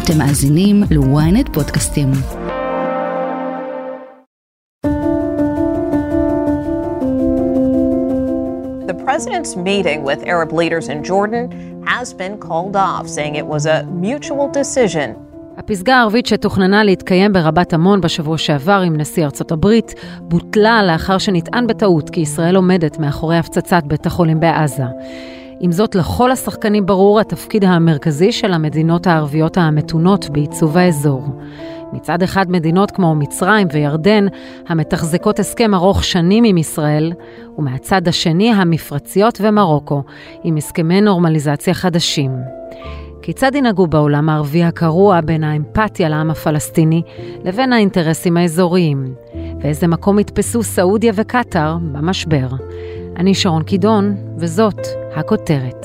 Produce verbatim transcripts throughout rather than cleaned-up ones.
אתם מאזינים ל-ynet פודקאסטים. The president's meeting with Arab leaders in Jordan has been called off, saying it was a mutual decision. הפסגה הערבית שתוכננה להתקיים ברבת עמון בשבוע שעבר עם נשיא ארצות הברית, בוטלה לאחר שנטען בטעות כי ישראל עומדת מאחורי הפצצת בית החולים בעזה. עם זאת, לכל השחקנים ברור התפקיד המרכזי של המדינות הערביות המתונות בעיצוב האזור. מצד אחד מדינות כמו מצרים וירדן, המתחזקות הסכם ארוך שנים עם ישראל, ומהצד השני המפרציות ומרוקו, עם הסכמי נורמליזציה חדשים. כיצד ינהגו בעולם הערבי הקרוע בין האמפתיה לעם הפלסטיני לבין האינטרסים האזוריים? ואיזה מקום יתפסו סעודיה וקטר במשבר? אני שרון קידון, וזאת הכותרת.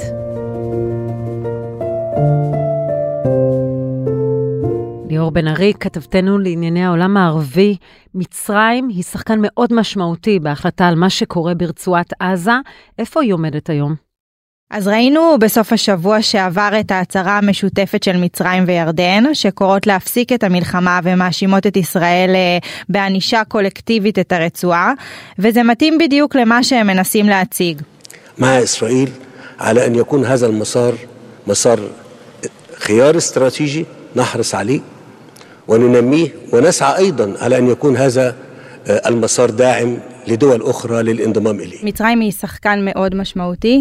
ליאור בן ארי, כתבתנו לענייני העולם הערבי, מצרים היא שחקן מאוד משמעותי בהחלטה על מה שקורה ברצועת עזה. איפה היא עומדת היום? אז ראינו בסוף השבוע שעבר את ההצהרה המשותפת של מצרים וירדן, שקוראות להפסיק את המלחמה ומאשימות את ישראל בענישה קולקטיבית את הרצועה, וזה מתאים בדיוק למה שהם מנסים להציג. مع إسرائيل على أن يكون هذا المسار مسار خيار استراتيجي نحرص عليه وننميه ونسعى أيضا على أن يكون هذا المسار داعم لدول أخرى للانضمام إليه. מצרים היא שחקן מאוד משמעותי.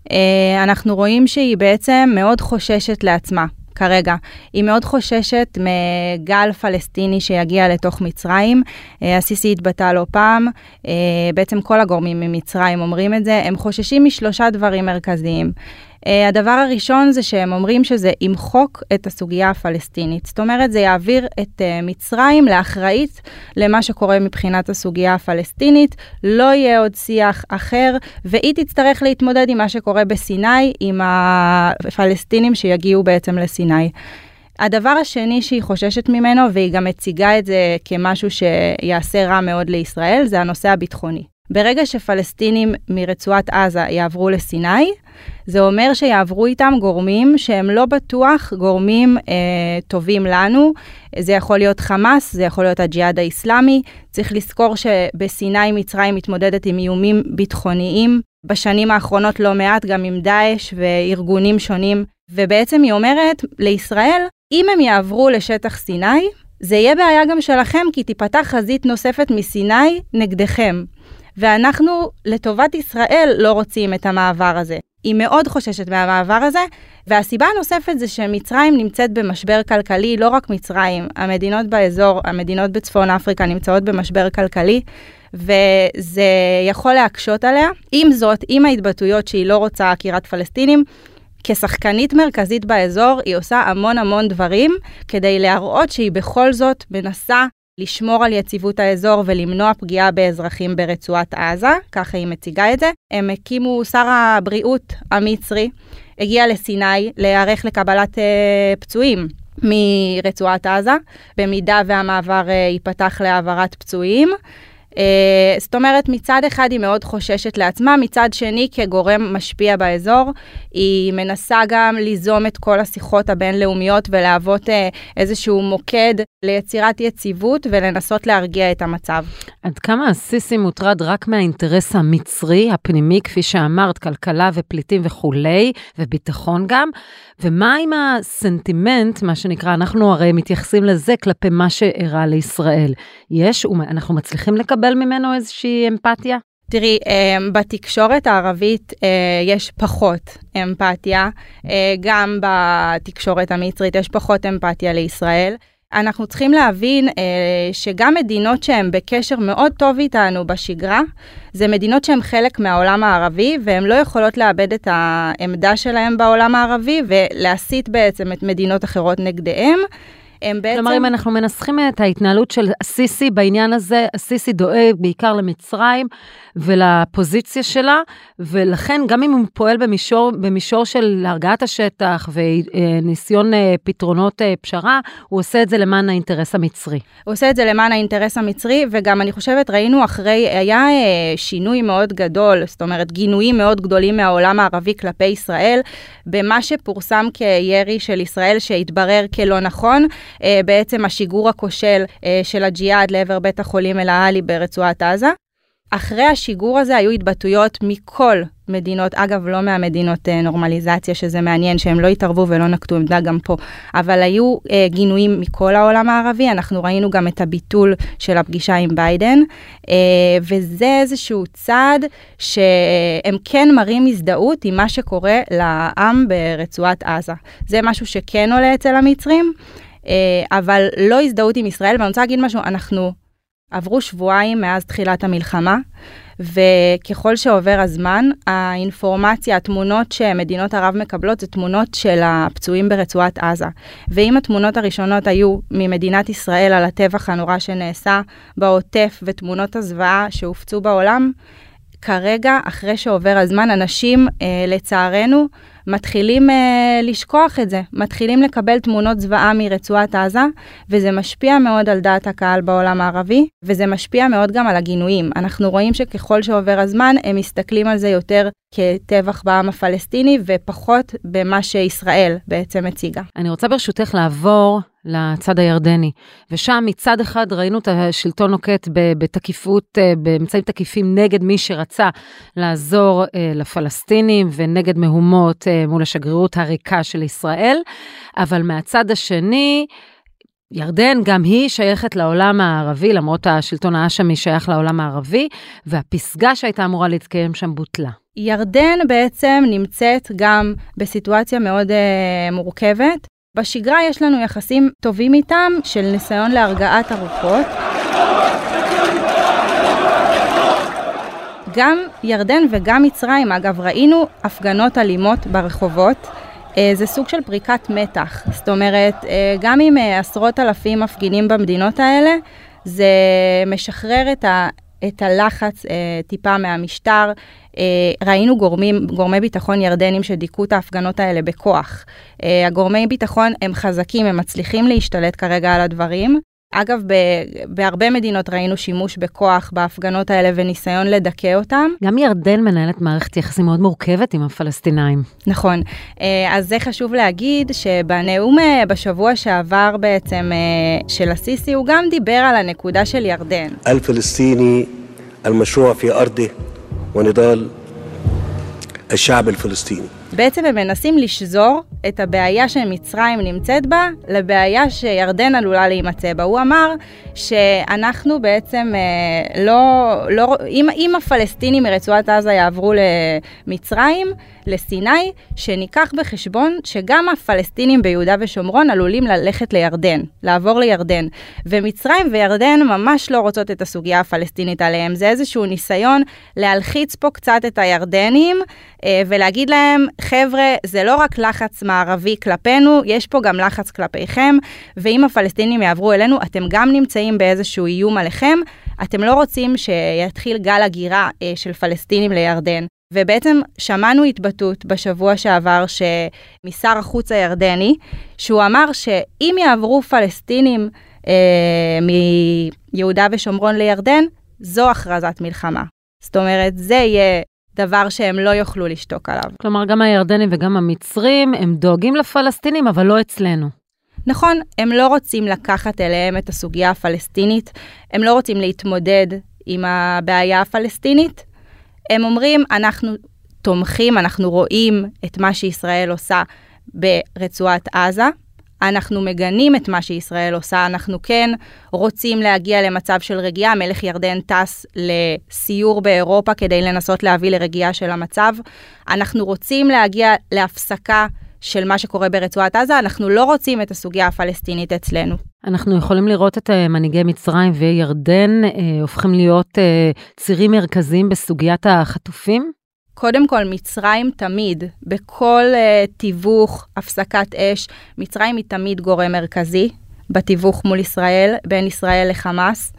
אנחנו רואים שהיא בעצם מאוד חוששת לעצמה כרגע. היא מאוד חוששת מגל פלסטיני שיגיע לתוך מצרים. הסיסי התבטא לא פעם. בעצם כל הגורמים ממצרים אומרים את זה. הם חוששים משלושה דברים מרכזיים. הדבר הראשון זה שהם אומרים שזה ימחוק את הסוגיה הפלסטינית. זאת אומרת, זה יעביר את מצרים לאחראית למה שקורה מבחינת הסוגיה הפלסטינית, לא יהיה עוד שיח אחר, והיא תצטרך להתמודד עם מה שקורה בסיני, עם הפלסטינים שיגיעו בעצם לסיני. הדבר השני שהיא חוששת ממנו, והיא גם מציגה את זה כמשהו שיעשה רע מאוד לישראל, זה הנושא הביטחוני. ברגע שפלסטינים מרצועת עזה יעברו לסיני, זה אומר שיעברו איתם גורמים שהם לא בטוח גורמים אה, טובים לנו. זה יכול להיות חמאס, זה יכול להיות הג'יהאד האסלאמי. צריך לזכור שבסיני מצרים מתמודדת עם איומים ביטחוניים. בשנים האחרונות לא מעט גם עם דאעש וארגונים שונים. ובעצם היא אומרת לישראל, אם הם יעברו לשטח סיני, זה יהיה בעיה גם שלכם, כי תיפתח חזית נוספת מסיני נגדכם. ואנחנו לטובת ישראל לא רוצים את המעבר הזה. היא מאוד חוששת מהמעבר הזה, והסיבה הנוספת זה שמצרים נמצאת במשבר כלכלי, לא רק מצרים, המדינות באזור, המדינות בצפון אפריקה נמצאות במשבר כלכלי, וזה יכול להקשות עליה. עם זאת, עם ההתבטאויות שהיא לא רוצה עקירת פלסטינים, כשחקנית מרכזית באזור, היא עושה המון המון דברים, כדי להראות שהיא בכל זאת מנסה לשמור על יציבות האזור ולמנוע פגיעה באזרחים ברצועת עזה, ככה היא מציגה את זה. הם הקימו, שר הבריאות המצרי, הגיע לסיני להיערך לקבלת אה, פצועים מרצועת עזה, במידה והמעבר אה, ייפתח להעברת פצועים. Uh, זאת אומרת, מצד אחד היא מאוד חוששת לעצמה, מצד שני כגורם משפיע באזור, היא מנסה גם ליזום את כל השיחות הבינלאומיות ולהוות uh, איזשהו מוקד ליצירת יציבות ולנסות להרגיע את המצב. עד כמה הסיסי מוטרד רק מהאינטרס המצרי, הפנימי, כפי שאמרת, כלכלה ופליטים וכולי, וביטחון גם, ומה עם הסנטימנט, מה שנקרא, אנחנו הרי מתייחסים לזה כלפי מה שאירע לישראל. יש, אנחנו מצליחים לקבל ממנו איזושהי אמפתיה? תראי, בתקשורת הערבית יש פחות אמפתיה, גם בתקשורת המצרית יש פחות אמפתיה לישראל. אנחנו צריכים להבין שגם מדינות שהן בקשר מאוד טוב איתנו בשגרה, זה מדינות שהן חלק מהעולם הערבי, והן לא יכולות לאבד את העמדה שלהן בעולם הערבי, ולהסית בעצם את מדינות אחרות נגדיהם. הם בעצם... כלומר, אם אנחנו מנסחים את ההתנהלות של הסיסי בעניין הזה, הסיסי דואג בעיקר למצרים ולפוזיציה שלה, ולכן גם אם הוא פועל במישור, במישור של הרגעת השטח וניסיון פתרונות פשרה, הוא עושה את זה למען האינטרס המצרי. הוא עושה את זה למען האינטרס המצרי, וגם אני חושבת, ראינו אחרי, היה שינוי מאוד גדול, זאת אומרת, גינויים מאוד גדולים מהעולם הערבי כלפי ישראל, במה שפורסם כירי של ישראל שהתברר כלא נכון, בעצם השיגור הכושל של הג'יהאד לעבר בית החולים אל-אהלי ברצועת עזה. אחרי השיגור הזה היו התבטאויות מכל מדינות, אגב לא מהמדינות נורמליזציה, שזה מעניין שהם לא התערבו ולא נקטו עמדה גם פה, אבל היו אה, גינויים מכל העולם הערבי, אנחנו ראינו גם את הביטול של הפגישה עם ביידן, אה, וזה איזשהו צעד שהם כן מראים הזדהות עם מה שקורה לעם ברצועת עזה. זה משהו שכן עולה אצל המצרים, אה, אבל לא הזדהות עם ישראל, ואני רוצה להגיד משהו, אנחנו עברו שבועיים מאז תחילת המלחמה, וככל שעובר הזמן, האינפורמציה, התמונות שמדינות ערב מקבלות, זה תמונות של הפצועים ברצועת עזה. ואם התמונות הראשונות היו ממדינת ישראל על הטבח הנורא שנעשה בעוטף, ותמונות הזוועה שהופצו בעולם, כרגע, אחרי שעובר הזמן, אנשים, אה, לצערנו, מתחילים אה, לשכוח את זה, מתחילים לקבל תמונות זוועה מרצועת עזה, וזה משפיע מאוד על דעת הקהל בעולם הערבי, וזה משפיע מאוד גם על הגינויים. אנחנו רואים שככל שעובר הזמן, הם מסתכלים על זה יותר כטבח בעם הפלסטיני, ופחות במה שישראל בעצם הציגה. אני רוצה ברשותך לעבור לצד הירדני, ושם מצד אחד ראינו את השלטון נוקט בתקיפות, באמצעים תקיפים נגד מי שרצה לעזור לפלסטינים, ונגד מהומות מול השגרירות הריקה של ישראל, אבל מהצד השני, ירדן גם היא שייכת לעולם הערבי, למרות השלטון האשמי שייך לעולם הערבי, והפסגה שהייתה אמורה להתקיים שם בוטלה. ירדן בעצם נמצאת גם בסיטואציה מאוד uh, מורכבת. בשגרה יש לנו יחסים טובים איתם של ניסיון להרגעת הרוחות. גם ירדן וגם מצרים, אגב, ראינו הפגנות אלימות ברחובות. זה סוג של פריקת מתח. זאת אומרת, גם עם עשרות אלפים מפגינים במדינות האלה, זה משחרר את ה... את הלחץ אה, טיפה מהמשטר. אה, ראינו גורמים, גורמי ביטחון ירדנים שדיכאו את ההפגנות האלה בכוח. אה, הגורמי ביטחון הם חזקים, הם מצליחים להשתלט כרגע על הדברים. אגב, ב- בהרבה מדינות ראינו שימוש בכוח בהפגנות האלה וניסיון לדכא אותם. גם ירדן מנהלת מערכת יחסים מאוד מורכבת עם הפלסטינאים. נכון. אז זה חשוב להגיד שבנאום בשבוע שעבר בעצם של הסיסי, הוא גם דיבר על הנקודה של ירדן. الفلسطيني المشروع في أرضه ונضال الشعب الفلسطيني. בעצם הם מנסים לשזור את הבעיה שמצרים נמצאת בה לבעיה שירדן עלולה להימצא בה. הוא אמר שאנחנו בעצם לא, לא, אם, אם הפלסטינים מרצועת עזה יעברו למצרים, לסיני, שניקח בחשבון שגם הפלסטינים ביהודה ושומרון עלולים ללכת לירדן, לעבור לירדן. ומצרים וירדן ממש לא רוצות את הסוגיה הפלסטינית עליהם. זה איזשהו ניסיון להלחיץ פה קצת את הירדנים ולהגיד להם, חבר'ה, זה לא רק לחץ מערבי כלפינו, יש פה גם לחץ כלפיכם, ואם הפלסטינים יעברו אלינו, אתם גם נמצאים באיזשהו איום עליכם, אתם לא רוצים שיתחיל גל הגירה של פלסטינים לירדן. ובעצם שמענו התבטאות בשבוע שעבר שמשר החוץ הירדני, שהוא אמר שאם יעברו פלסטינים אה, מיהודה ושומרון לירדן, זו הכרזת מלחמה. זאת אומרת, זה יהיה דבר שהם לא יוכלו לשתוק עליו. כלומר, גם הירדנים וגם המצרים, הם דואגים לפלסטינים, אבל לא אצלנו. נכון, הם לא רוצים לקחת אליהם את הסוגיה הפלסטינית, הם לא רוצים להתמודד עם הבעיה הפלסטינית, הם אומרים, אנחנו תומכים, אנחנו רואים את מה שישראל עושה ברצועת עזה, אנחנו מגנים את מה שישראל עושה, אנחנו כן רוצים להגיע למצב של רגיעה, מלך ירדן טס לסיור באירופה כדי לנסות להביא לרגיעה של המצב, אנחנו רוצים להגיע להפסקה של מה שקורה ברצועת עזה, אנחנו לא רוצים את הסוגיה הפלסטינית אצלנו. אנחנו יכולים לראות את מנהיגי מצרים וירדן אה, הופכים להיות אה, צירים מרכזיים בסוגיית החטופים? קודם כל, מצרים תמיד, בכל uh, תיווך, הפסקת אש, מצרים היא תמיד גורם מרכזי בתיווך מול ישראל, בין ישראל לחמאס.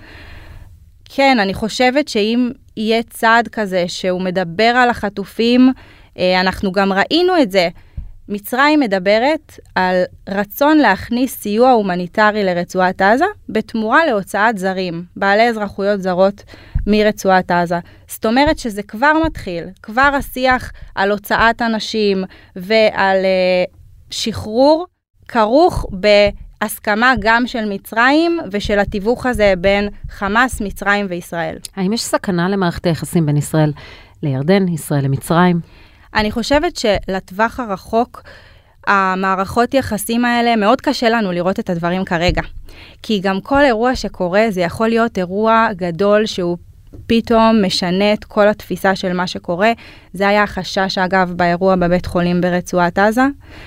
כן, אני חושבת שאם יהיה צעד כזה שהוא מדבר על החטופים, אנחנו גם ראינו את זה. מצרים מדברת על רצון להכניס סיוע הומניטרי לרצועת עזה, בתמורה להוצאת זרים, בעלי אזרחויות זרות מרצועת עזה. זאת אומרת שזה כבר מתחיל, כבר השיח על הוצאת אנשים ועל uh, שחרור, כרוך בהסכמה גם של מצרים ושל התיווך הזה בין חמאס, מצרים וישראל. האם יש סכנה למערכת היחסים בין ישראל לירדן, ישראל למצרים? אני חושבת שלטווח הרחוק, המערכות יחסים האלה, מאוד קשה לנו לראות את הדברים כרגע. כי גם כל אירוע שקורה, זה יכול להיות אירוע גדול שהוא פתאום משנה את כל התפיסה של מה שקורה. זה היה החשש, אגב, באירוע בבית חולים ברצועת עזה.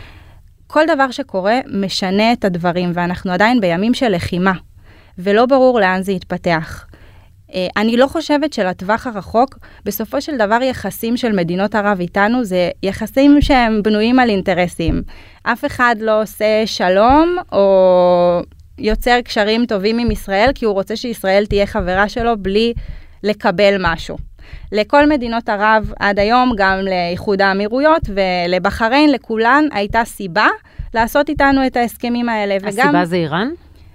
כל דבר שקורה משנה את הדברים, ואנחנו עדיין בימים של לחימה, ולא ברור לאן זה יתפתח. אני לא חושבת שלטווח הרחוק, בסופו של דבר יחסים של מדינות ערב איתנו, זה יחסים שהם בנויים על אינטרסים. אף אחד לא עושה שלום, או יוצר קשרים טובים עם ישראל, כי הוא רוצה שישראל תהיה חברה שלו בלי לקבל משהו. לכל מדינות ערב עד היום, גם לאיחוד האמירויות ולבחריין, לכולן הייתה סיבה לעשות איתנו את ההסכמים האלה. הסיבה וגם... זה איראן?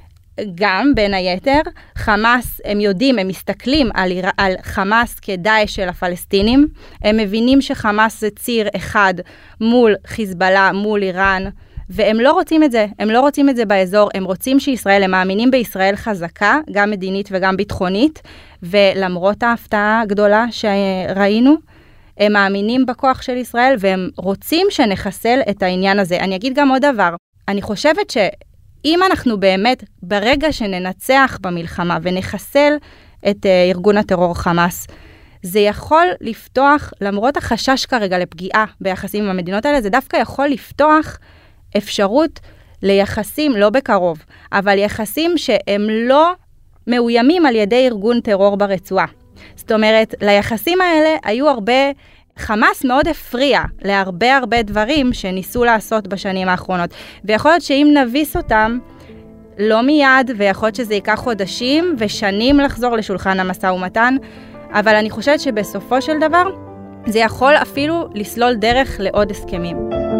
גם בין היתר, חמאס, הם יודעים, הם מסתכלים על, על חמאס כדאעש של הפלסטינים, הם מבינים שחמאס זה ציר אחד מול חיזבאללה, מול איראן, והם לא רוצים את זה, הם לא רוצים את זה באזור, הם רוצים שישראל, הם מאמינים בישראל חזקה, גם מדינית וגם ביטחונית, ולמרות ההפתעה הגדולה שראינו, הם מאמינים בכוח של ישראל, והם רוצים שנחסל את העניין הזה. אני אגיד גם עוד דבר, אני חושבת ש... אם אנחנו באמת, ברגע שננצח במלחמה ונחסל את uh, ארגון הטרור חמאס, זה יכול לפתוח, למרות החשש כרגע לפגיעה ביחסים עם המדינות האלה, זה דווקא יכול לפתוח אפשרות ליחסים, לא בקרוב, אבל יחסים שהם לא מאוימים על ידי ארגון טרור ברצועה. זאת אומרת, ליחסים האלה היו הרבה... חמאס מאוד הפריע להרבה הרבה דברים שניסו לעשות בשנים האחרונות. ויכול להיות שאם נביס אותם, לא מיד, ויכול להיות שזה ייקח חודשים ושנים לחזור לשולחן המשא ומתן, אבל אני חושבת שבסופו של דבר, זה יכול אפילו לסלול דרך לעוד הסכמים.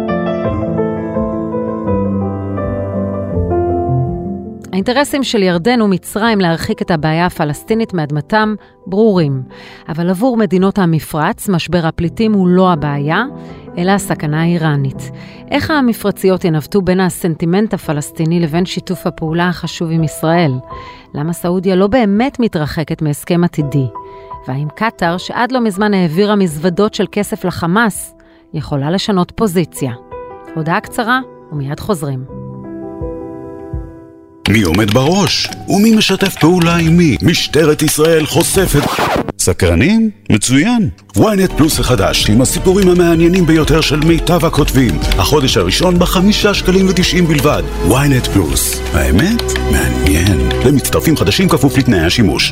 האינטרסים של ירדן ומצרים להרחיק את הבעיה הפלסטינית מאדמתם ברורים. אבל עבור מדינות המפרץ, משבר הפליטים הוא לא הבעיה, אלא הסכנה האיראנית. איך המפרציות ינווטו בין הסנטימנט הפלסטיני לבין שיתוף הפעולה החשוב עם ישראל? למה סעודיה לא באמת מתרחקת מהסכם עתידי? והאם קטר, שעד לא מזמן העבירה מזוודות של כסף לחמאס, יכולה לשנות פוזיציה? הודעה קצרה ומיד חוזרים. מי עומד בראש? ומי משתף פעולה עם מי? משטרת ישראל חושפת... סקרנים? מצוין. וויינט פלוס החדש, עם הסיפורים המעניינים ביותר של מיטב הכותבים. החודש הראשון בחמישה שקלים ותשעים בלבד. וויינט פלוס. האמת? מעניין. למצטרפים חדשים כפוף לתנאי השימוש.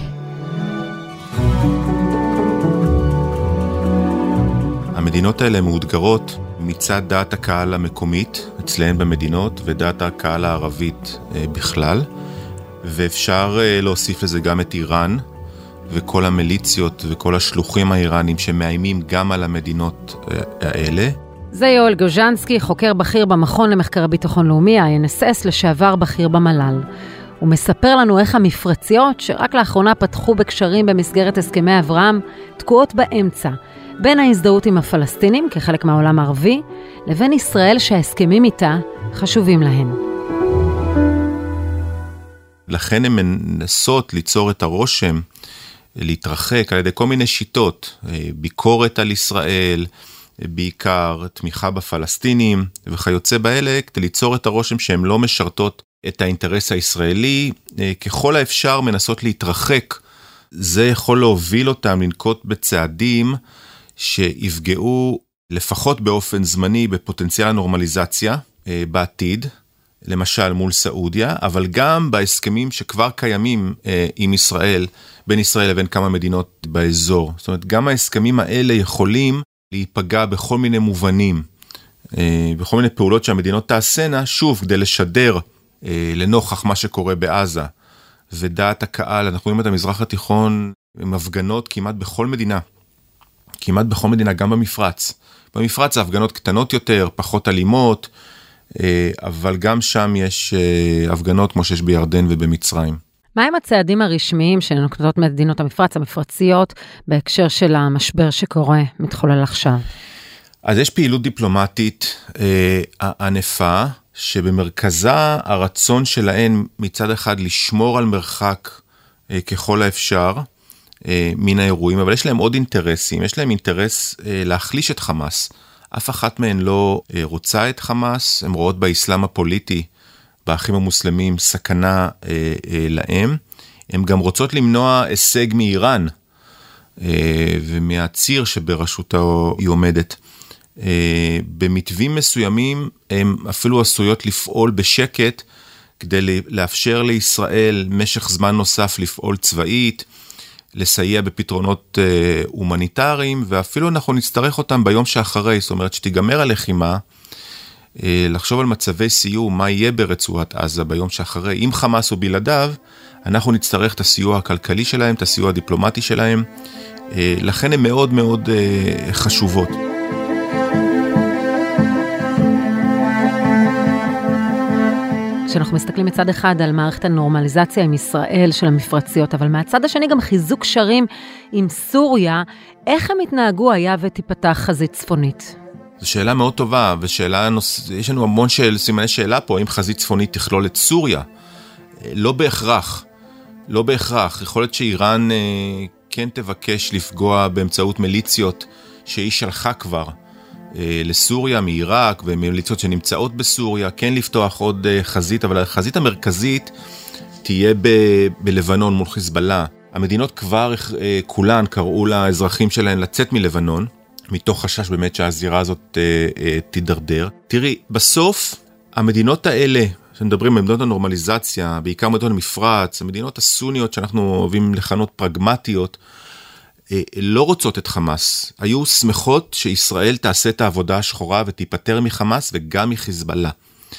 המדינות האלה מאותגרות מצד דעת הקהל המקומית, אצלהן במדינות, ודעת הקהל הערבית בכלל, ואפשר להוסיף לזה גם את איראן, וכל המיליציות וכל השלוחים האיראנים שמאיימים גם על המדינות האלה. זה יואל גוז'נסקי, חוקר בכיר במכון למחקר ביטחון לאומי, ה-איי אן אס אס, לשעבר בכיר במל"ל. הוא מספר לנו איך המפרציות, שרק לאחרונה פתחו בקשרים במסגרת הסכמי אברהם, תקועות באמצע, בין ההזדהות עם הפלסטינים כחלק מהעולם הערבי, לבין ישראל שההסכמים איתה חשובים להן. לכן הן מנסות ליצור את הרושם, להתרחק על ידי כל מיני שיטות, ביקורת על ישראל, בעיקר תמיכה בפלסטינים וכיוצא באלה, כדי ליצור את הרושם שהן לא משרתות את האינטרס הישראלי, ככל האפשר מנסות להתרחק. זה יכול להוביל אותם לנקוט בצעדים שיפגעו לפחות באופן זמני בפוטנציאל הנורמליזציה בעתיד, למשל מול סעודיה, אבל גם בהסכמים שכבר קיימים עם ישראל, בין ישראל לבין כמה מדינות באזור. זאת אומרת, גם ההסכמים האלה יכולים להיפגע בכל מיני מובנים, בכל מיני פעולות שהמדינות תעשנה, שוב, כדי לשדר לנוכח מה שקורה בעזה, ודעת הקהל, אנחנו רואים את המזרח התיכון עם הפגנות כמעט בכל מדינה, כמעט בכל מדינה, גם במפרץ. במפרץ ההפגנות קטנות יותר, פחות אלימות, אבל גם שם יש הפגנות כמו שיש בירדן ובמצרים. מהם הצעדים הרשמיים שנוקטות מדינות המפרץ, המפרציות, בהקשר של המשבר שקורה, מתחולל עכשיו? אז יש פעילות דיפלומטית אה, ענפה, שבמרכזה הרצון שלהן מצד אחד לשמור על מרחק אה, ככל האפשר אה, מן האירועים, אבל יש להם עוד אינטרסים, יש להם אינטרס אה, להחליש את חמאס. אף אחת מהן לא אה, רוצה את חמאס, הן רואות באסלאם הפוליטי, באחים המוסלמים, סכנה אה, אה, להם. הן גם רוצות למנוע הישג מאיראן, אה, ומהציר שבראשותו היא עומדת. אה, במתווים מסוימים, הן אפילו עשויות לפעול בשקט, כדי לאפשר לישראל משך זמן נוסף לפעול צבאית, לסייע בפתרונות אה, הומניטריים, ואפילו אנחנו נצטרך אותם ביום שאחרי, זאת אומרת שתיגמר הלחימה, לחשוב על מצבי סיום, מה יהיה ברצועת עזה ביום שאחרי, עם חמאס או בלעדיו, אנחנו נצטרך את הסיוע הכלכלי שלהם, את הסיוע הדיפלומטי שלהם, לכן הן מאוד מאוד חשובות. כשאנחנו מסתכלים מצד אחד על מערכת הנורמליזציה עם ישראל של המפרציות, אבל מהצד השני גם חיזוק קשרים עם סוריה, איך הם התנהגו היה ותיפתח חזית צפונית? זו שאלה מאוד טובה, ושאלה, יש לנו המון של סימני שאלה פה, האם חזית צפונית תכלול את סוריה? לא בהכרח, לא בהכרח. יכול להיות שאיראן אה, כן תבקש לפגוע באמצעות מיליציות שהיא שלחה כבר אה, לסוריה, מעיראק, ומיליציות שנמצאות בסוריה, כן לפתוח עוד אה, חזית, אבל החזית המרכזית תהיה ב- בלבנון מול חיזבאללה. המדינות כבר אה, כולן קראו לאזרחים שלהן לצאת מלבנון, מתוך חשש באמת שהזירה הזאת אה, אה, תידרדר. תראי, בסוף המדינות האלה, שמדברים במדינות הנורמליזציה, בעיקר מדינות המפרץ, המדינות הסוניות שאנחנו אוהבים לכנות פרגמטיות, אה, לא רוצות את חמאס. היו שמחות שישראל תעשה את העבודה השחורה ותיפטר מחמאס וגם מחיזבאללה.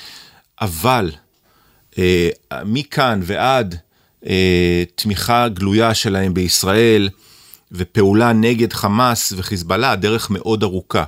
אבל אה, מכאן ועד אה, תמיכה גלויה שלהם בישראל, ופעולה נגד חמאס וחיזבאללה, הדרך מאוד ארוכה.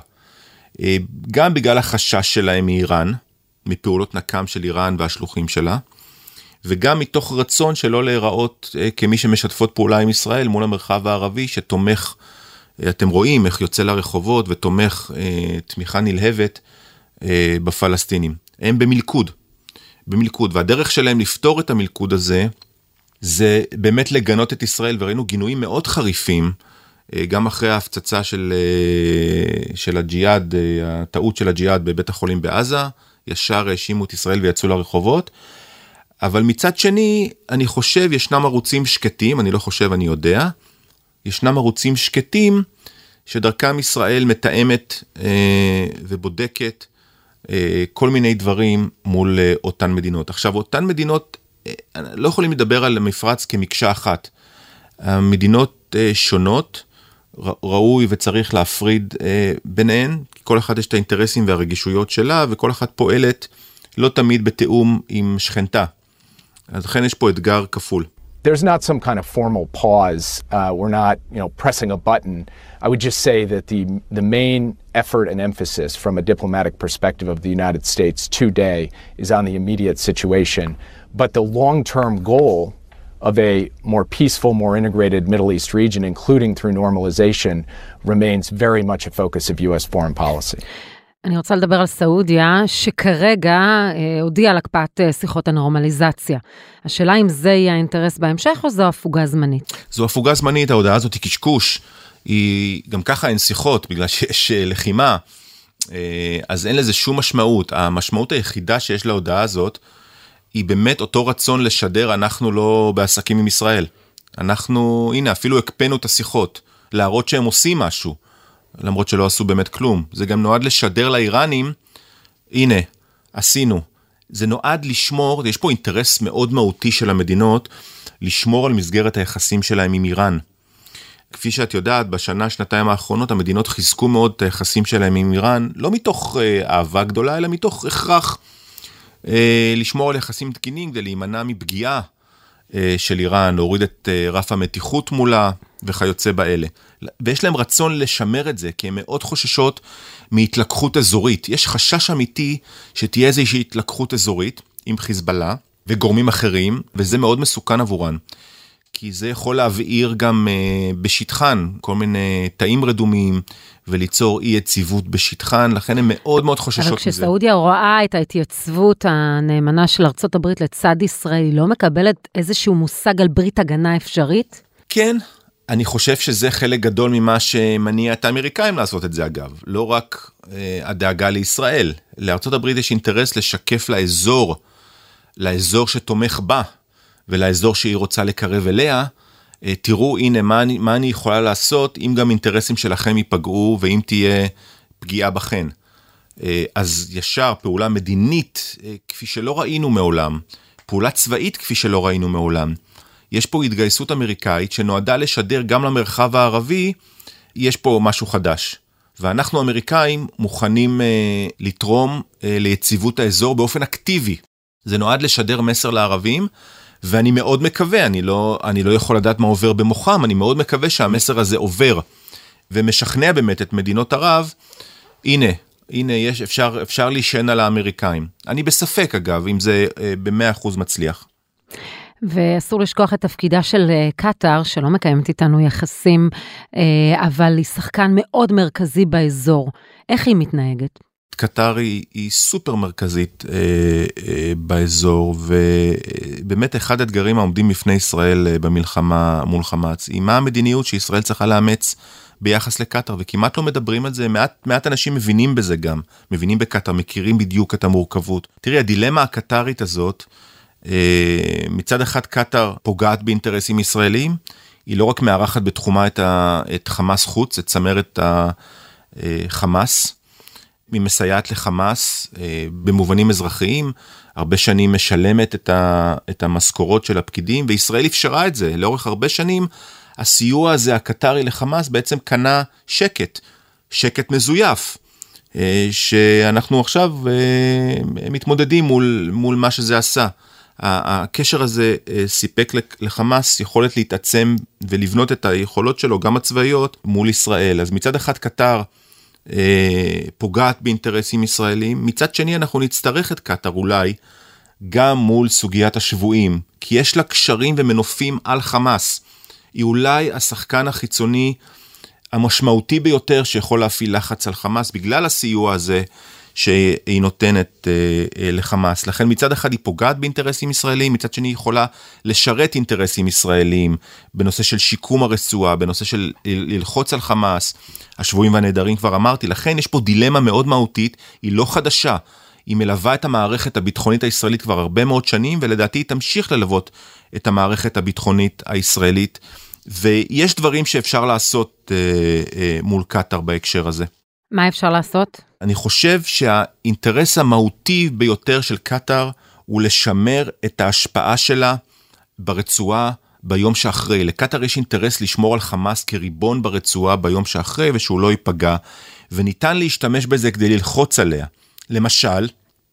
גם בגלל החשש שלהם מאיראן, מפעולות נקם של איראן והשלוחים שלה, וגם מתוך רצון שלא להיראות כמי שמשתפות פעולה עם ישראל מול המרחב הערבי, שתומך, אתם רואים איך יוצא לרחובות, ותומך תמיכה נלהבת בפלסטינים. הם במלכוד, במלכוד, והדרך שלהם לפתור את המלכוד הזה, זה באמת לגנות את ישראל, וראינו גינויים מאוד חריפים, גם אחרי ההפצצה של, של הג'יהאד, הטעות של הג'יהאד בבית החולים בעזה, ישר האשימו את ישראל ויצאו לרחובות, אבל מצד שני, אני חושב, ישנם ערוצים שקטים, אני לא חושב, אני יודע, ישנם ערוצים שקטים, שדרכם ישראל מתאמת ובודקת כל מיני דברים מול אותן מדינות. עכשיו, אותן מדינות, לא יכולים לדבר על המפרץ כמקשה אחת. המדינות שונות, ראוי וצריך להפריד ביניהן, כי כל אחד יש את האינטרסים והרגישויות שלה, וכל אחד פועלת לא תמיד בתאום עם שכנתה. אז לכן יש פה אתגר כפול. There's not some kind of formal pause. Uh, we're not, you know, pressing a button. I would just say that the the main effort and emphasis from a diplomatic perspective of the United States today is on the immediate situation. But the long-term goal of a more peaceful, more integrated Middle East region, including through normalization, remains very much a focus of U S foreign policy. אני רוצה לדבר על סעודיה, שכרגע אה, הודיעה על הקפאת אה, שיחות הנורמליזציה. השאלה אם זה יהיה האינטרס בהמשך, או זו הפוגה זמנית? זו הפוגה זמנית, ההודעה הזאת היא קשקוש. היא, גם ככה אין שיחות, בגלל שיש אה, לחימה, אה, אז אין לזה שום משמעות. המשמעות היחידה שיש להודעה הזאת, היא באמת אותו רצון לשדר, אנחנו לא בעסקים עם ישראל. אנחנו, הנה, אפילו הקפנו את השיחות, להראות שהם עושים משהו. למרות שלא עשו באמת כלום. זה גם נועד לשדר לאיראנים, הנה, עשינו. זה נועד לשמור, יש פה אינטרס מאוד מהותי של המדינות, לשמור על מסגרת היחסים שלהם עם איראן. כפי שאת יודעת, בשנה, שנתיים האחרונות, המדינות חיזקו מאוד את היחסים שלהם עם איראן, לא מתוך אה, אהבה גדולה, אלא מתוך הכרח. לשמור על יחסים תקינים כדי להימנע מפגיעה של איראן, להוריד את רף המתיחות מולה וכיוצא באלה. ויש להם רצון לשמר את זה, כי הן מאוד חוששות מהתלקחות אזורית. יש חשש אמיתי שתהיה איזושהי התלקחות אזורית עם חיזבאללה וגורמים אחרים, וזה מאוד מסוכן עבורן. כי זה יכול להבעיר גם uh, בשטחן, כל מיני תאים רדומים, וליצור אי יציבות בשטחן, לכן הן מאוד מאוד חוששות מזה. אבל כשסעודיה רואה את ההתייצבות הנאמנה של ארצות הברית לצד ישראל, היא לא מקבלת איזשהו מושג על ברית הגנה אפשרית? כן, אני חושב שזה חלק גדול ממה שמניע את האמריקאים לעשות את זה אגב. לא רק uh, הדאגה לישראל, לארצות הברית יש אינטרס לשקף לאזור, לאזור שתומך בה, ולאזור שהיא רוצה לקרב אליה, תראו, הנה, מה אני, מה אני יכולה לעשות, אם גם אינטרסים שלכם ייפגעו, ואם תהיה פגיעה בכן. אז ישר, פעולה מדינית, כפי שלא ראינו מעולם, פעולה צבאית, כפי שלא ראינו מעולם. יש פה התגייסות אמריקאית, שנועדה לשדר גם למרחב הערבי, יש פה משהו חדש. ואנחנו, האמריקאים, מוכנים לתרום ליציבות האזור באופן אקטיבי. זה נועד לשדר מסר לערבים, ואני מאוד מקווה, אני לא, אני לא יכול לדעת מה עובר במוחם, אני מאוד מקווה שהמסר הזה עובר, ומשכנע באמת את מדינות ערב, הנה, הנה, יש, אפשר, אפשר להישען על האמריקאים. אני בספק אגב, אם זה ב-מאה אחוז מצליח. ואסור לשכוח את תפקידה של קטר, שלא מקיימת איתנו יחסים, אבל היא שחקן מאוד מרכזי באזור. איך היא מתנהגת? קטר היא, היא סופר מרכזית אה, אה, באזור, ובאמת אחד האתגרים העומדים בפני ישראל אה, במלחמה מול חמאס, היא מה המדיניות שישראל צריכה לאמץ ביחס לקטר, וכמעט לא מדברים על זה, מעט, מעט אנשים מבינים בזה גם, מבינים בקטר, מכירים בדיוק את המורכבות. תראי, הדילמה הקטרית הזאת, אה, מצד אחד קטר פוגעת באינטרסים ישראלים, היא לא רק מערכת בתחומה את, ה, את חמאס חוץ, את צמרת החמאס, היא מסייעת לחמאס אה, במובנים אזרחיים, הרבה שנים משלמת את, ה, את המשכורות של הפקידים, וישראל אפשרה את זה. לאורך הרבה שנים, הסיוע הזה הקטרי לחמאס בעצם קנה שקט, שקט מזויף, אה, שאנחנו עכשיו אה, מתמודדים מול, מול מה שזה עשה. הקשר הזה אה, סיפק לחמאס יכולת להתעצם ולבנות את היכולות שלו, גם הצבאיות, מול ישראל. אז מצד אחד קטר, פוגעת באינטרסים ישראלים, מצד שני אנחנו נצטרך את קטר אולי גם מול סוגיית השבויים, כי יש לה קשרים ומנופים על חמאס, היא אולי השחקן החיצוני המשמעותי ביותר שיכול להפעיל לחץ על חמאס, בגלל הסיוע הזה שהיא נותנת לחמאס. לכן מצד אחד היא פוגעת באינטרסים ישראלים, מצד שני היא יכולה לשרת אינטרסים ישראלים, בנושא של שיקום הרצועה, בנושא של ללחוץ על חמאס, השבויים והנעדרים כבר אמרתי, לכן יש פה דילמה מאוד מהותית, היא לא חדשה, היא מלווה את המערכת הביטחונית הישראלית כבר הרבה מאוד שנים, ולדעתי היא תמשיך ללוות את המערכת הביטחונית הישראלית, ויש דברים שאפשר לעשות אה, אה, מול קטר בהקשר הזה. מה אפשר לעשות? אני חושב שהאינטרס המהותי ביותר של קטר הוא לשמר את ההשפעה שלה ברצועה ביום שאחרי. לקטר יש אינטרס לשמור על חמאס כריבון ברצועה ביום שאחרי ושהוא לא ייפגע, וניתן להשתמש בזה כדי ללחוץ עליה. למשל,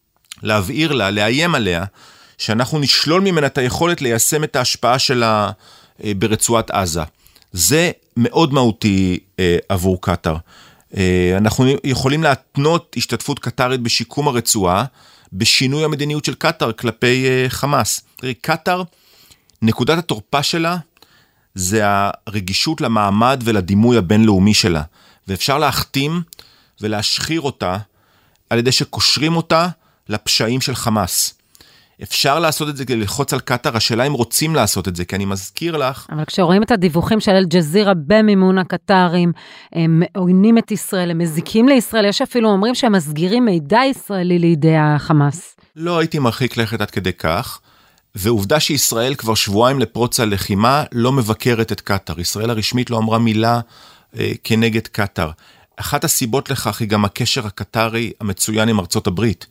להבהיר לה, לאיים עליה, שאנחנו נשלול ממנה את היכולת ליישם את ההשפעה שלה ברצועת עזה. זה מאוד מהותי עבור קטר. אנחנו יכולים להתנות השתתפות קטרית בשיקום הרצועה, בשינוי המדיניות של קטר כלפי חמאס. תראי, קטר, נקודת התורפה שלה, זה הרגישות למעמד ולדימוי הבינלאומי שלה, ואפשר להחתים ולהשחיר אותה, על ידי שקושרים אותה לפשעים של חמאס. אפשר לעשות את זה כדי ללחוץ על קטר, השאלה אם רוצים לעשות את זה, כי אני מזכיר לך. אבל כשרואים את הדיווחים של אל-ג'זירה במימון הקטרים, הם עוינים את ישראל, הם מזיקים לישראל, יש אפילו אומרים שהם מסגירים מידע ישראלי לידי החמאס. לא הייתי מרחיק לכת עד כדי כך, ועובדה שישראל כבר שבועיים לפרוץ הלחימה לא מבקרת את קטר. ישראל הרשמית לא אמרה מילה אה, כנגד קטר. אחת הסיבות לכך היא גם הקשר הקטרי המצוין עם ארצות הברית.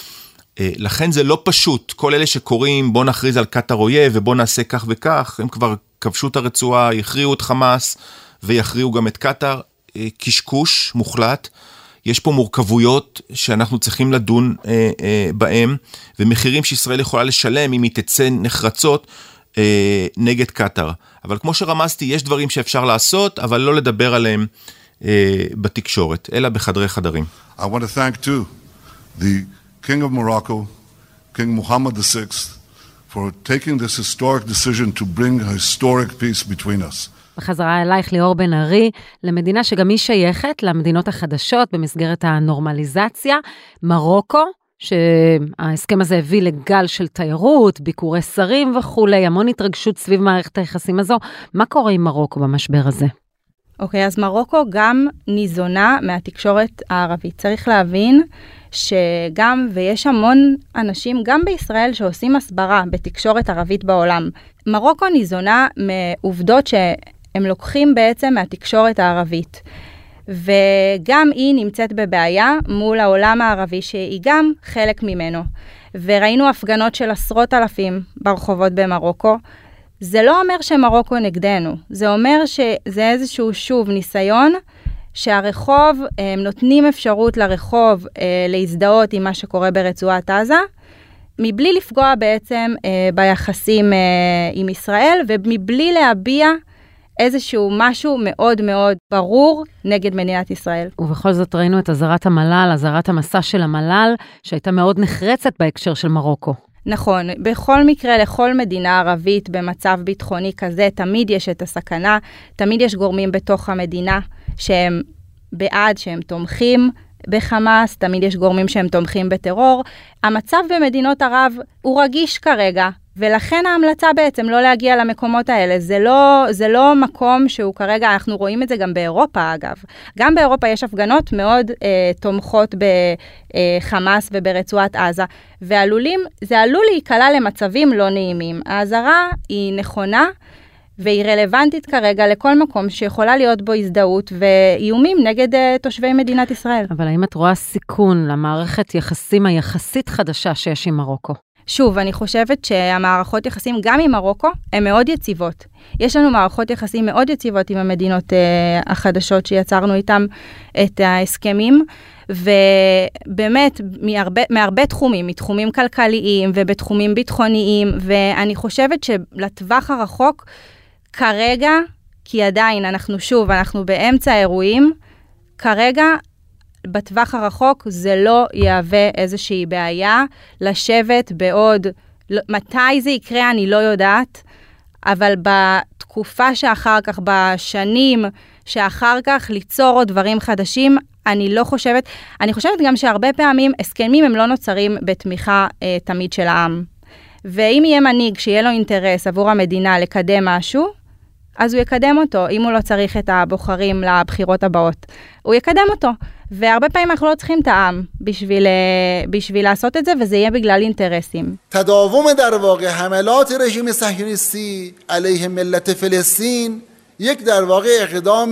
לכן זה לא פשוט, כל אלה שקוראים בוא נכריז על קטר אויב ובוא נעשה כך וכך, הם כבר כבשו את הרצועה, יכריעו את חמאס ויכריעו גם את קטר, קשקוש מוחלט. יש פה מורכבויות שאנחנו צריכים לדון אה, אה, בהם, ומחירים שישראל יכולה לשלם אם היא תצא נחרצות אה, נגד קטר. אבל כמו שרמזתי, יש דברים שאפשר לעשות, אבל לא לדבר עליהם אה, בתקשורת, אלא בחדרי חדרים. I want to thank too the King of Morocco, King Mohammed the sixth, for taking this historic decision to bring a historic peace between us. בחזרה אלייך ליאור בן ארי, למדינה שגם היא שייכת למדינות החדשות במסגרת הנורמליזציה, מרוקו, שההסכם הזה הביא לגל של תיירות, ביקורי שרים וכולי, המון התרגשות סביב מערכת היחסים הזו. מה קורה עם מרוקו במשבר הזה? אוקיי, אז מרוקו גם ניזונה מהתקשורת הערבית. צריך להבין שגם, ויש המון אנשים, גם בישראל, שעושים הסברה בתקשורת ערבית בעולם. מרוקו ניזונה מעובדות שהם לוקחים בעצם מהתקשורת הערבית. וגם היא נמצאת בבעיה מול העולם הערבי, שהיא גם חלק ממנו. וראינו הפגנות של עשרות אלפים ברחובות במרוקו. זה לא אומר שמרוקו נגדנו, זה אומר שזה איזשהו שוב ניסיון שהרחוב, הם נותנים אפשרות לרחוב אה, להזדהות עם מה שקורה ברצועת עזה, מבלי לפגוע בעצם אה, ביחסים אה, עם ישראל, ומבלי להביע איזשהו משהו מאוד מאוד ברור נגד מדינת ישראל. ובכל זאת ראינו את אזהרת המל"ל, אזהרת המסע של המל"ל, שהייתה מאוד נחרצת בהקשר של מרוקו. נכון, בכל מקרה לכל מדינה ערבית במצב ביטחוני כזה, תמיד יש את הסכנה, תמיד יש גורמים בתוך המדינה שהם בעד, שהם תומכים בחמאס, תמיד יש גורמים שהם תומכים בטרור. המצב במדינות ערב הוא רגיש כרגע, ולכן ההמלצה בעצם לא להגיע למקומות האלה. זה לא, זה לא מקום שהוא כרגע, אנחנו רואים את זה גם באירופה אגב. גם באירופה יש הפגנות מאוד אה, תומכות בחמאס וברצועת עזה, ועלולים, זה עלול להיקלע למצבים לא נעימים. ההזהרה היא נכונה, והיא רלוונטית כרגע לכל מקום שיכולה להיות בו הזדהות ואיומים נגד uh, תושבי מדינת ישראל. אבל האם את רואה סיכון למערכת יחסים היחסית חדשה שיש עם מרוקו? שוב, אני חושבת שהמערכות יחסים גם עם מרוקו הן מאוד יציבות. יש לנו מערכות יחסים מאוד יציבות עם המדינות uh, החדשות שיצרנו איתם את ההסכמים, ובאמת מהרבה, מהרבה תחומים, מתחומים כלכליים ובתחומים ביטחוניים, ואני חושבת שלטווח הרחוק כרגע, כי עדיין אנחנו שוב, אנחנו באמצע האירועים, כרגע בטווח הרחוק זה לא יהווה איזושהי בעיה לשבת בעוד, מתי זה יקרה אני לא יודעת, אבל בתקופה שאחר כך, בשנים שאחר כך ליצור עוד דברים חדשים, אני לא חושבת, אני חושבת גם שהרבה פעמים הסכמים הם לא נוצרים בתמיכה אה, תמיד של העם. ואם יהיה מנהיג שיהיה לו אינטרס עבור המדינה לקדם משהו, אז הוא יקדם אותו, אם הוא לא צריך את הבוחרים לבחירות הבאות. הוא יקדם אותו. והרבה פעמים אנחנו לא צריכים את העם בשביל, בשביל לעשות את זה, וזה יהיה בגלל אינטרסים. תדאבום در واقع حملات رژیم صهیونیستی علیه ملت فلسطین یک در واقع اقدام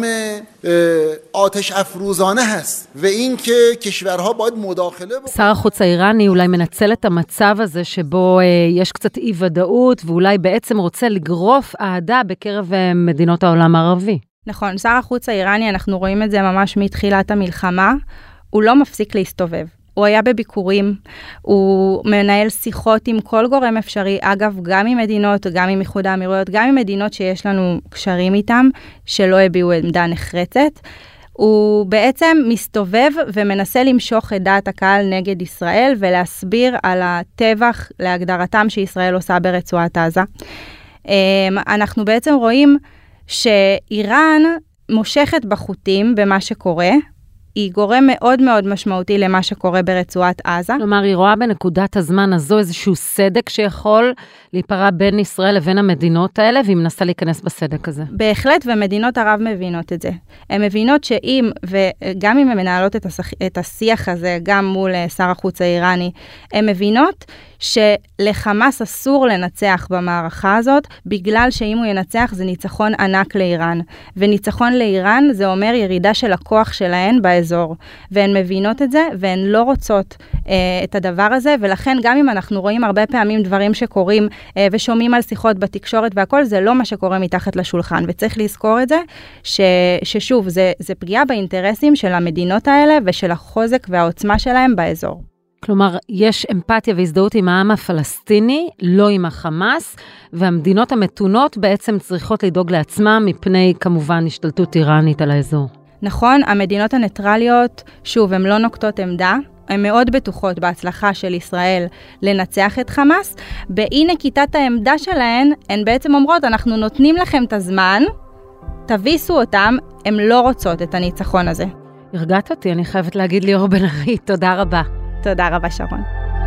آتش افروزانه هست و این که کشورها باید مداخله بکنن. שר החוץ האיראני אולי מנצל את המצב הזה שבו אה, יש קצת אי ודאות ואולי בעצם רוצה לגרוף אהדה בקרב אה, מדינות העולם הערבי. נכון, שר החוץ האיראני, אנחנו רואים את זה ממש מתחילת המלחמה, הוא לא מפסיק להסתובב. הוא היה בביקורים, הוא מנהל שיחות עם כל גורם אפשרי, אגב, גם עם מדינות, גם עם איחוד האמירויות, גם עם מדינות שיש לנו קשרים איתם, שלא הביעו עמדה נחרצת. הוא בעצם מסתובב ומנסה למשוך את דעת הקהל נגד ישראל, ולהסביר על הטבח להגדרתם שישראל עושה ברצועת עזה. אנחנו בעצם רואים שאיראן מושכת בחוטים במה שקורה, היא גורם מאוד מאוד משמעותי למה שקורה ברצועת עזה. כלומר, היא רואה בנקודת הזמן הזו איזשהו סדק שיכול להיפרע בין ישראל לבין המדינות האלה, והיא מנסה להיכנס בסדק הזה. בהחלט, ומדינות ערב מבינות את זה. הן מבינות שאם, וגם אם הן מנהלות את, השיח, את השיח הזה, גם מול שר החוץ האיראני, הן מבינות שלחמאס אסור לנצח במערכה הזאת, בגלל שאם הוא ינצח זה ניצחון ענק לאיראן. וניצחון לאיראן זה אומר ירידה של הכוח שלהן באזור. והן מבינות את זה, והן לא רוצות אה, את הדבר הזה, ולכן גם אם אנחנו רואים הרבה פעמים דברים שקורים, אה, ושומעים על שיחות בתקשורת והכל, זה לא מה שקורה מתחת לשולחן. וצריך לזכור את זה, ש, ששוב, זה, זה פגיעה באינטרסים של המדינות האלה, ושל החוזק והעוצמה שלהם באזור. כלומר, יש אמפתיה והזדהות עם העם הפלסטיני, לא עם החמאס, והמדינות המתונות בעצם צריכות לדאוג לעצמם, מפני כמובן השתלטות איראנית על האזור. נכון, המדינות הניטרליות, שוב, הן לא נוקטות עמדה, הן מאוד בטוחות בהצלחה של ישראל לנצח את חמאס, באי נקיטת העמדה שלהן, הן בעצם אומרות, אנחנו נותנים לכם את הזמן, תביסו אותם, הן לא רוצות את הניצחון הזה. הרגעת אותי, אני חייבת להגיד ליאור בן ארי, תודה רבה. תודה רבה שרון.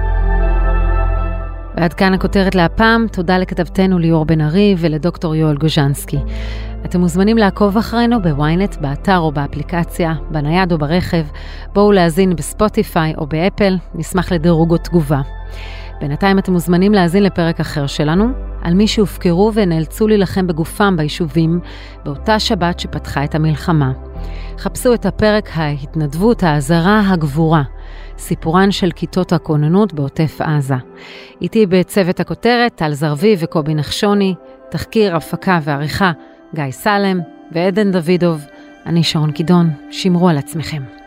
ועד כאן הכותרת להפעם, תודה לכתבתנו ליאור בן ארי ולדוקטור יואל גוז'נסקי. אתם מוזמנים לעקוב אחרינו בוויינט, באתר או באפליקציה, בנייד או ברכב, בואו להאזין בספוטיפיי או באפל, נשמח לדירוג או תגובה. בינתיים אתם מוזמנים להאזין לפרק אחר שלנו, על מי שהופקרו ונאלצו להילחם בגופם ביישובים, באותה שבת שפתחה את המלחמה. חפשו את הפרק ההתנדבות, העזרה, הגבורה, סיפורן של כיתות הכוננות בעוטף עזה. איתי בצוות הכותרת, טל זרבי וקובי נחשוני, תחקיר, הפקה ועריכה, גיא סלם ועדן דוידוב. אני שרון קידון, שמרו על עצמכם.